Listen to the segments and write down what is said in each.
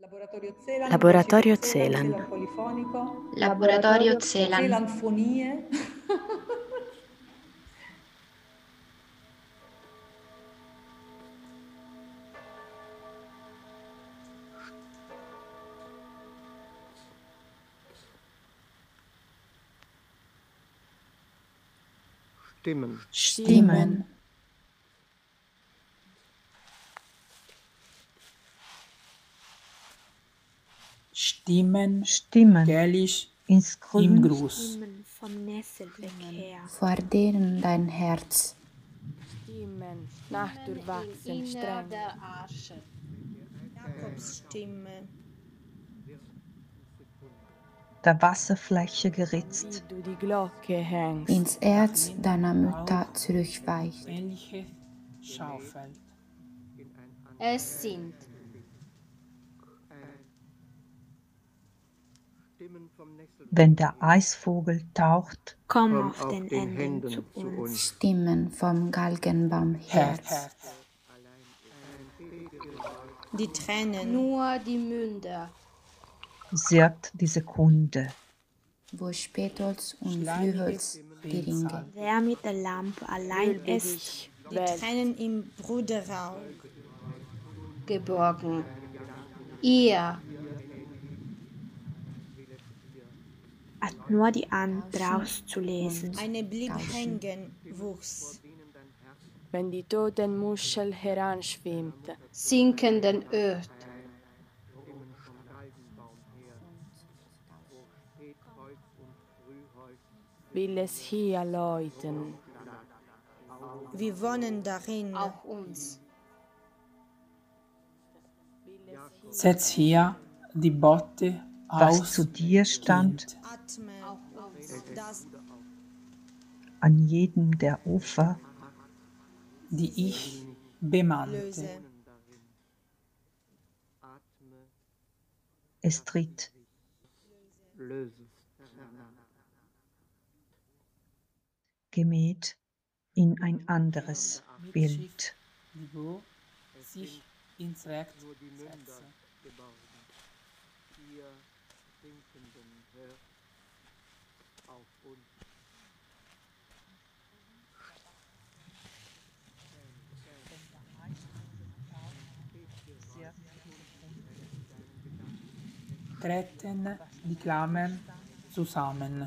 Laboratorio Celan. Laboratorio Celan. Celanfonie. Stimmen. Stimmen, Stimmen gälisch ins im Grün, Gruß. Stimmen vom Nesselverkehr. Vor deren dein Herz. Stimmen nach durchwachsen streng. Jakobsstimme. der Wasserfläche geritzt, Wie du die Glocke hängst. Ins Erz deiner Mütter zurückweicht. Ähnliches Schaufeld. Es sind wenn der Eisvogel taucht, Komm auf den Enden zu uns. Stimmen vom Galgenbaum Herz. Herz. Die Tränen. nur die Münder. sirrt die Sekunde. Wo Spätholz und Flüholz die Ringe. Wer mit der Lampe allein ist, Die Tränen im Bruderraum. Geborgen. Ihr hat nur die andere auszulesen. Eine blieb hängen, wuchs. Wenn die Totenmuschel heranschwimmt, sinkenden Ört. will es hier läuten. Wir wohnen darin. Auch uns. Setz hier die Botte Was aus. zu dir stand, Atme. Auch uns. Das an jedem der Ufer, die ich bemannte. löse. es tritt gemäht in ein anderes Bild. Niveau sich ins Recht setze. Treten die Klammern zusammen.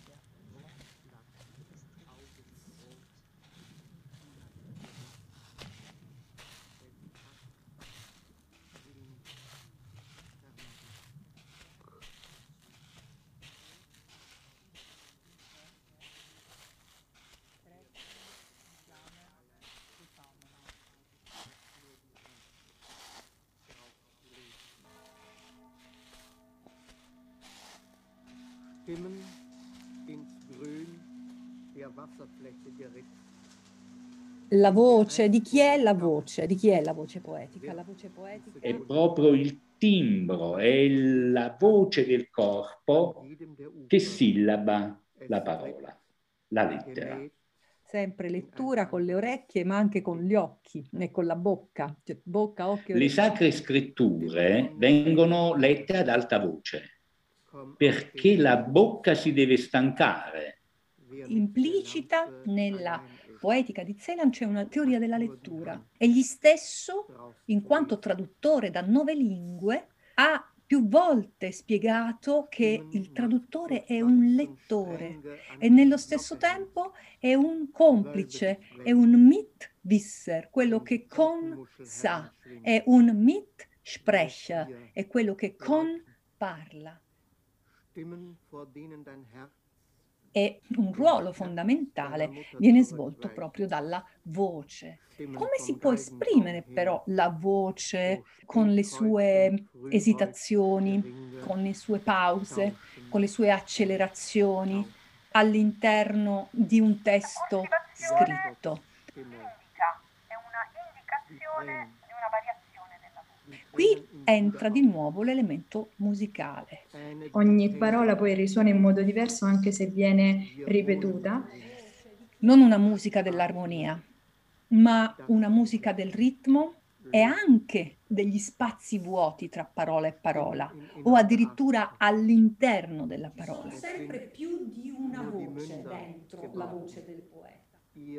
Stimmen ins Grün der Wasserfläche geritzt. La voce, di chi è la voce? Di chi è la voce poetica? La voce poetica È proprio il timbro, è la voce del corpo che sillaba la parola, la lettera. sempre lettura con le orecchie, ma anche con gli occhi e con la bocca, cioè bocca, occhio, Le orecchie. sacre scritture vengono lette ad alta voce, perché la bocca si deve stancare. Implicita nella poetica di Celan c'è una teoria della lettura. Egli stesso, in quanto traduttore da 9 lingue, ha più volte spiegato che il traduttore è un lettore e nello stesso tempo è un complice, è un Mitwisser, quello che con sa, è un Mitsprecher, è quello che con parla. E un ruolo fondamentale viene svolto proprio dalla voce. Come si può esprimere però la voce con le sue esitazioni, con le sue pause, con le sue accelerazioni all'interno di un testo scritto? È una indicazione di una variazione della voce. Qui entra di nuovo l'elemento musicale. Ogni parola poi risuona in modo diverso anche se viene ripetuta. Non una musica dell'armonia, ma una musica del ritmo e anche degli spazi vuoti tra parola e parola, o addirittura all'interno della parola. Sempre più di una voce dentro la voce del poeta.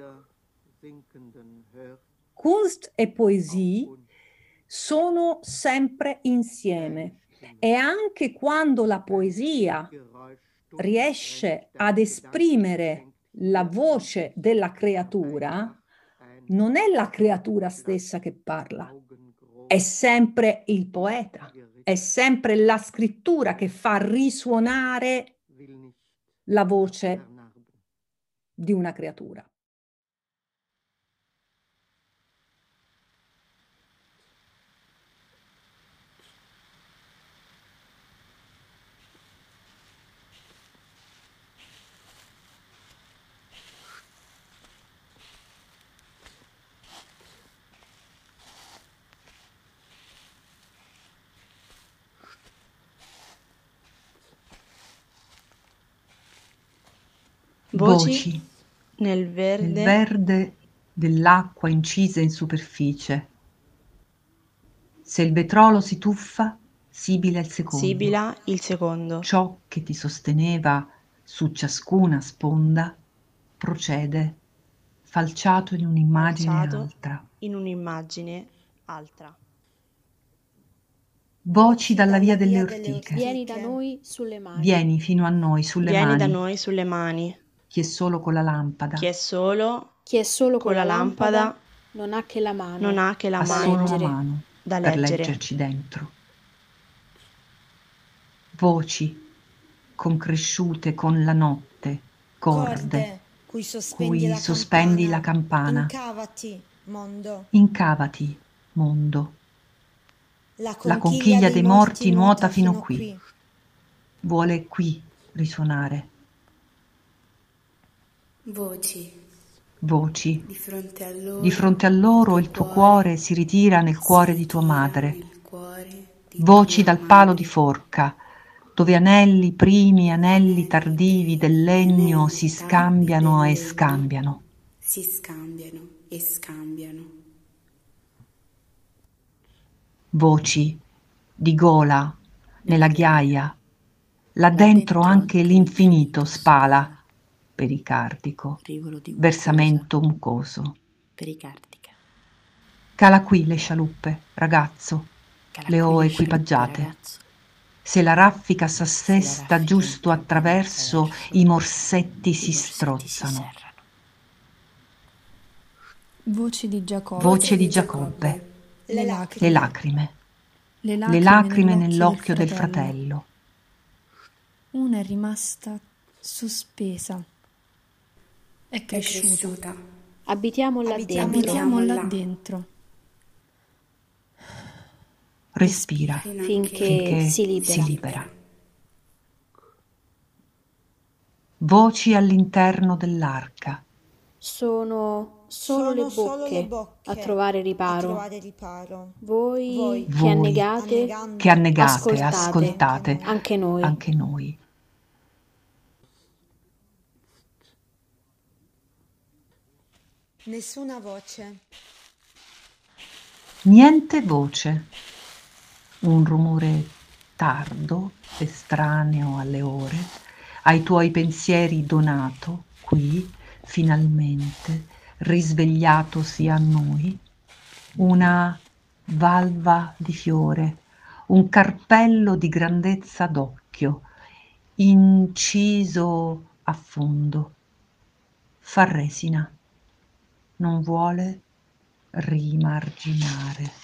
Kunst e poesie sono sempre insieme, e anche quando la poesia riesce ad esprimere la voce della creatura, non è la creatura stessa che parla, è sempre il poeta, è sempre la scrittura che fa risuonare la voce di una creatura. Voci nel verde dell'acqua incisa in superficie. Se il vetrolo si tuffa, sibila il secondo. sibila il secondo. Ciò che ti sosteneva su ciascuna sponda procede, falciato in un'immagine Falciato altra. in un'immagine altra. Voci dalla via delle ortiche. Vieni da noi sulle mani. Vieni fino a noi sulle Vieni mani. da noi sulle mani. Chi è solo con la lampada. Chi è solo con la lampada non ha che la mano. non ha che la ha mano solo la mano da per leggere. leggerci dentro. Voci concresciute con la notte, corde cui cui sospendi la campana. Incavati, mondo. Incavati, mondo. La La conchiglia dei morti nuota fino qui. Vuole qui risuonare. Voci. Di fronte a loro il tuo cuore si ritira nel cuore di tua madre. Voci dal palo di forca, dove anelli primi, anelli tardivi del legno si scambiano e scambiano. Voci di gola nella ghiaia, là dentro anche l'infinito spala, pericardico, versamento mucoso. Cala qui le scialuppe, ragazzo, le ho equipaggiate. Se la raffica s'assesta giusto attraverso, i morsetti si strozzano. Voci di Giacobbe. Voce di Giacobbe. Le Le lacrime. Le lacrime nell'occhio del fratello. Una è rimasta sospesa. È cresciuta. Abitiamo là dentro. Abitiamo là dentro. Respira Finché si libera. Voci all'interno dell'arca. Sono solo le bocche a trovare riparo. Voi che Voi annegate, che annegate, ascoltate, anche noi. anche noi. Nessuna voce. Niente voce. Un rumore tardo, estraneo alle ore, ai tuoi pensieri donato, qui, finalmente, risvegliatosi a noi, una valva di fiore, un carpello di grandezza d'occhio, inciso a fondo. Fa resina, non vuole rimarginare.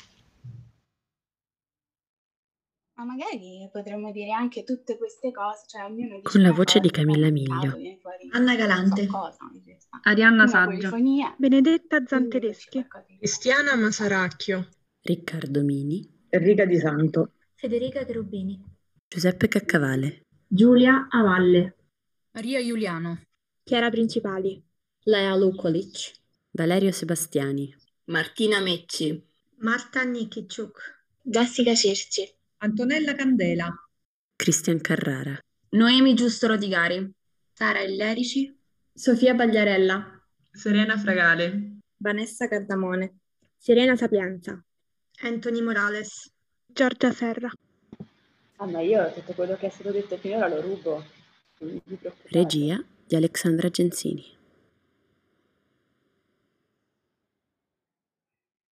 Ma magari potremmo dire anche tutte queste cose, cioè ognuno dice Con la una voce di cosa, Camilla poi nel Miglio. caso viene fuori Anna Galante, qualcosa, in realtà. Arianna Una Saggia, polifonia, Benedetta quindi Zantereschi, Cristiana Masaracchio, Riccardo Mini, Enrica Di Santo, Federica Cherubini, Giuseppe Caccavale, Giulia Avalle, Maria Giuliano, Chiara Principali, Lea Lukolic, Valerio Sebastiani, Martina Mecci, Marta Nikichuk, Jessica Circi, Antonella Candela, Cristian Carrara, Noemi Giusto Rodigari, Sara Illerici, Sofia Pagliarella, Serena Fragale, Vanessa Cardamone, Serena Sapienza, Anthony Morales. Giorgia Serra. Ah, ma io tutto quello che è stato detto finora lo rubo. Non vi preoccupate. Regia di Alexandra Genzini.